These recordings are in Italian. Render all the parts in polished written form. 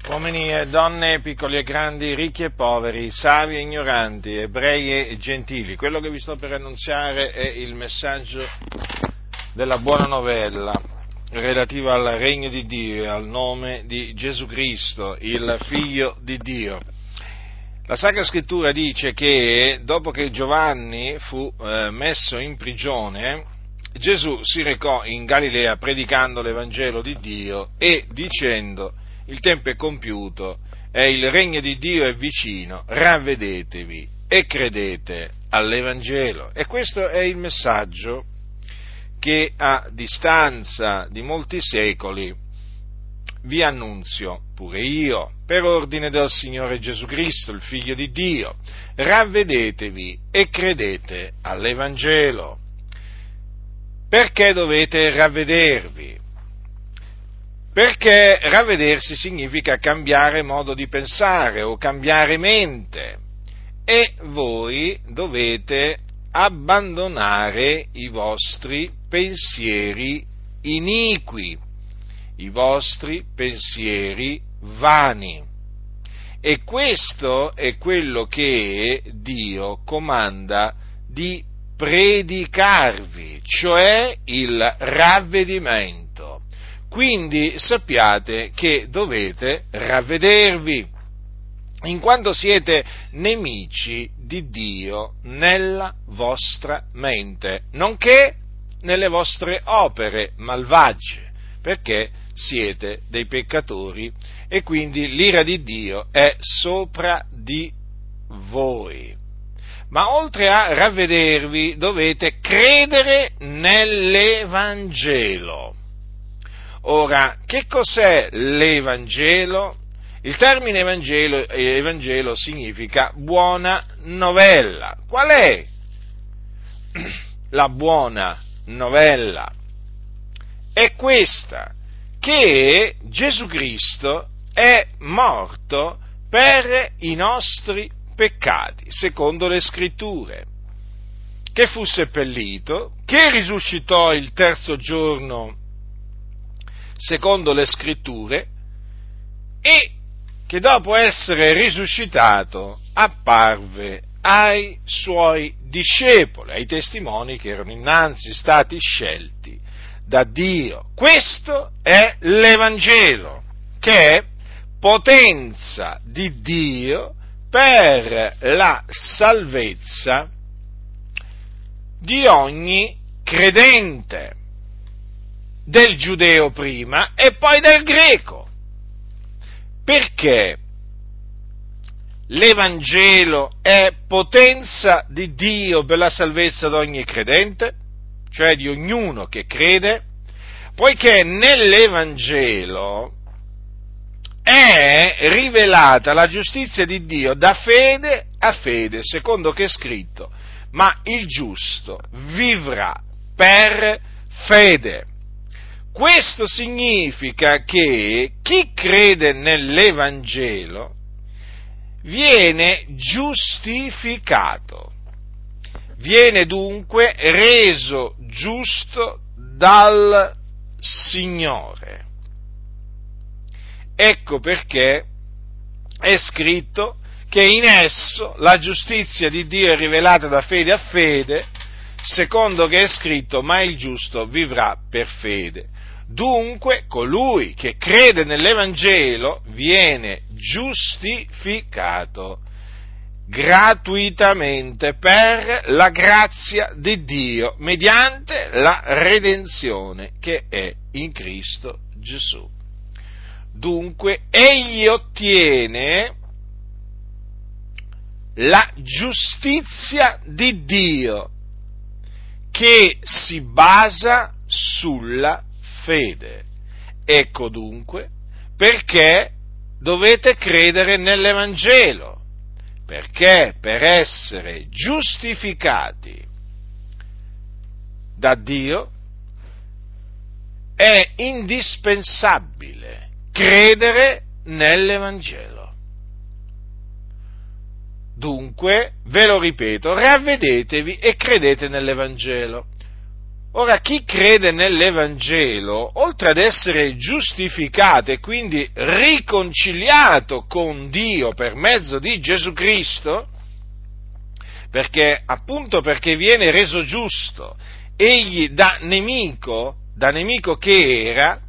Uomini e donne, piccoli e grandi, ricchi e poveri, savi e ignoranti, ebrei e gentili, quello che vi sto per annunziare è il messaggio della buona novella relativa al regno di Dio e al nome di Gesù Cristo, il Figlio di Dio. La Sacra Scrittura dice che dopo che Giovanni fu messo in prigione, Gesù si recò in Galilea predicando l'Evangelo di Dio e dicendo: il tempo è compiuto e il regno di Dio è vicino, ravvedetevi e credete all'Evangelo. E questo è il messaggio che a distanza di molti secoli vi annunzio pure io, per ordine del Signore Gesù Cristo, il Figlio di Dio. Ravvedetevi e credete all'Evangelo. Perché dovete ravvedervi? Perché ravvedersi significa cambiare modo di pensare o cambiare mente e voi dovete abbandonare i vostri pensieri iniqui, i vostri pensieri vani. E questo è quello che Dio comanda di predicarvi, cioè il ravvedimento. Quindi sappiate che dovete ravvedervi, in quanto siete nemici di Dio nella vostra mente, nonché nelle vostre opere malvagie, perché siete dei peccatori e quindi l'ira di Dio è sopra di voi. Ma oltre a ravvedervi dovete credere nell'Evangelo. Ora, che cos'è l'Evangelo? Il termine Evangelo significa buona novella. Qual è la buona novella? È questa, che Gesù Cristo è morto per i nostri peccati, secondo le Scritture, che fu seppellito, che risuscitò il terzo giorno, secondo le Scritture, e che dopo essere risuscitato apparve ai suoi discepoli, ai testimoni che erano innanzi stati scelti da Dio. Questo è l'Evangelo, che è potenza di Dio per la salvezza di ogni credente, del giudeo prima e poi del greco. Perché l'Evangelo è potenza di Dio per la salvezza di ogni credente, cioè di ognuno che crede, poiché nell'Evangelo è rivelata la giustizia di Dio da fede a fede, secondo che è scritto: ma il giusto vivrà per fede. Questo significa che chi crede nell'Evangelo viene giustificato, viene dunque reso giusto dal Signore. Ecco perché è scritto che in esso la giustizia di Dio è rivelata da fede a fede, secondo che è scritto: ma il giusto vivrà per fede. Dunque, colui che crede nell'Evangelo viene giustificato gratuitamente per la grazia di Dio, mediante la redenzione che è in Cristo Gesù. Dunque, egli ottiene la giustizia di Dio che si basa sulla fede. Ecco dunque perché dovete credere nell'Evangelo, perché per essere giustificati da Dio è indispensabile credere nell'Evangelo. Dunque, ve lo ripeto, ravvedetevi e credete nell'Evangelo. Ora, chi crede nell'Evangelo, oltre ad essere giustificato e quindi riconciliato con Dio per mezzo di Gesù Cristo, perché viene reso giusto, egli da nemico che era,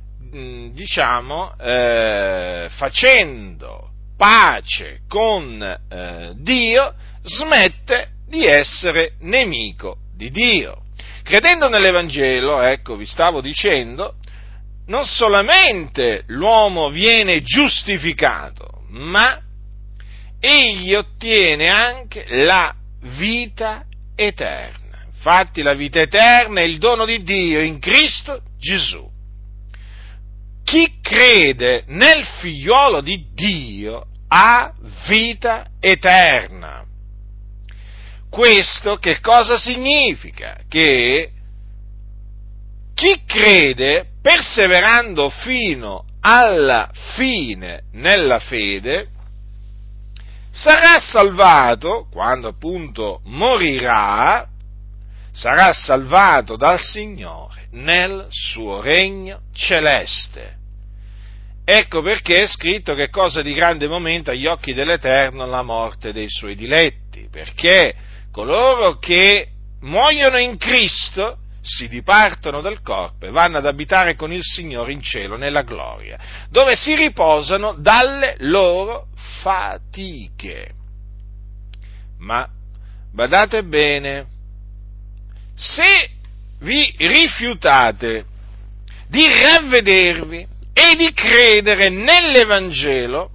facendo pace con Dio, smette di essere nemico di Dio. Credendo nell'Evangelo, ecco, vi stavo dicendo, non solamente l'uomo viene giustificato, ma egli ottiene anche la vita eterna. Infatti la vita eterna è il dono di Dio in Cristo Gesù. Chi crede nel figliolo di Dio ha vita eterna. Questo che cosa significa? Che chi crede, perseverando fino alla fine nella fede, sarà salvato, quando appunto morirà, sarà salvato dal Signore nel suo regno celeste. Ecco perché è scritto che è cosa di grande momento agli occhi dell'Eterno la morte dei suoi diletti, perché coloro che muoiono in Cristo si dipartono dal corpo e vanno ad abitare con il Signore in cielo, nella gloria, dove si riposano dalle loro fatiche. Ma badate bene, se vi rifiutate di ravvedervi e di credere nell'Evangelo,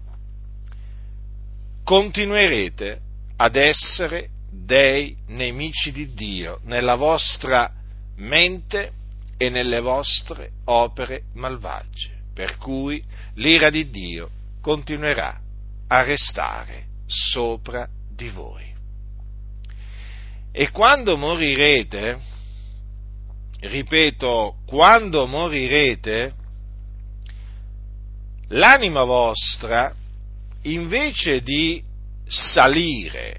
continuerete ad essere dei nemici di Dio nella vostra mente e nelle vostre opere malvagie, per cui l'ira di Dio continuerà a restare sopra di voi. E quando morirete, ripeto, quando morirete, l'anima vostra, invece di salire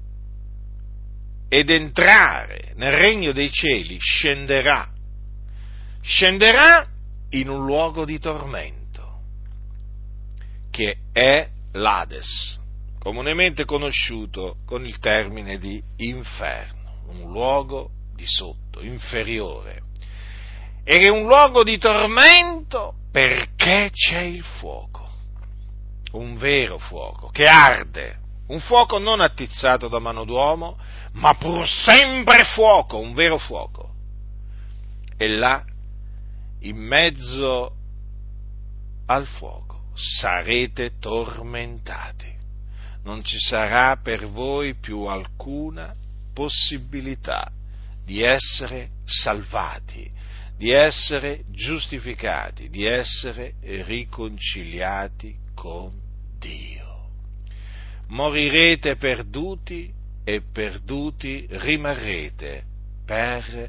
ed entrare nel regno dei cieli, scenderà in un luogo di tormento, che è l'Ades, comunemente conosciuto con il termine di inferno, un luogo di sotto, inferiore. Ed è un luogo di tormento perché c'è il fuoco, un vero fuoco che arde, un fuoco non attizzato da mano d'uomo, ma pur sempre fuoco, un vero fuoco. E là, in mezzo al fuoco, sarete tormentati. Non ci sarà per voi più alcuna possibilità di essere salvati, di essere giustificati, di essere riconciliati con Dio. Morirete perduti e perduti rimarrete per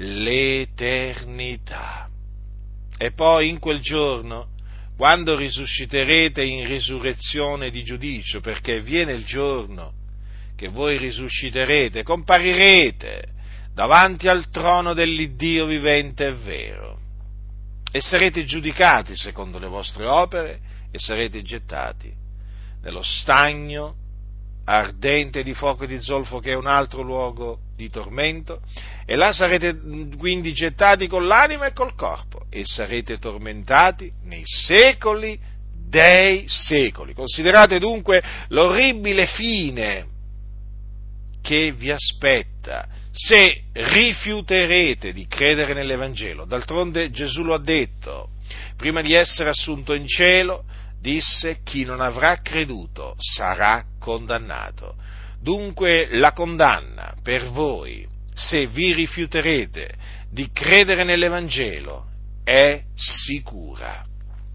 l'eternità. E poi in quel giorno, quando risusciterete in risurrezione di giudicio, perché viene il giorno che voi risusciterete, comparirete davanti al trono dell'Iddio vivente e vero, e sarete giudicati secondo le vostre opere e sarete gettati nello stagno ardente di fuoco e di zolfo, che è un altro luogo di tormento, e là sarete quindi gettati con l'anima e col corpo e sarete tormentati nei secoli dei secoli. Considerate dunque l'orribile fine che vi aspetta se rifiuterete di credere nell'Evangelo. D'altronde Gesù lo ha detto, prima di essere assunto in cielo, disse: chi non avrà creduto sarà condannato. Dunque la condanna per voi, se vi rifiuterete di credere nell'Evangelo, è sicura.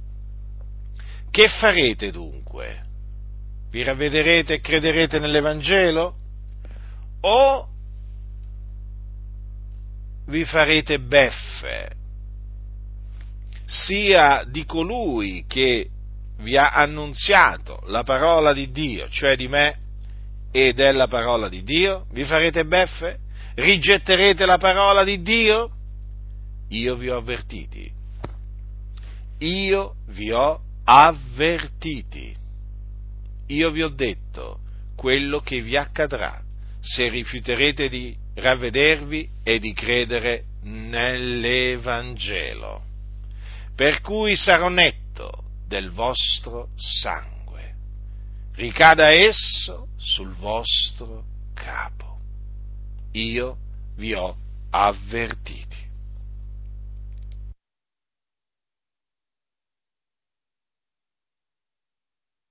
Che farete dunque? Vi ravvederete e crederete nell'Evangelo? O vi farete beffe sia di colui che vi ha annunziato la parola di Dio, cioè di me e della parola di Dio? Vi farete beffe? Rigetterete la parola di Dio? io vi ho avvertiti. Io vi ho avvertiti. Io vi ho detto quello che vi accadrà se rifiuterete di ravvedervi e di credere nell'Evangelo. Per cui sarò netto del vostro sangue. Ricada esso sul vostro capo. Io vi ho avvertito.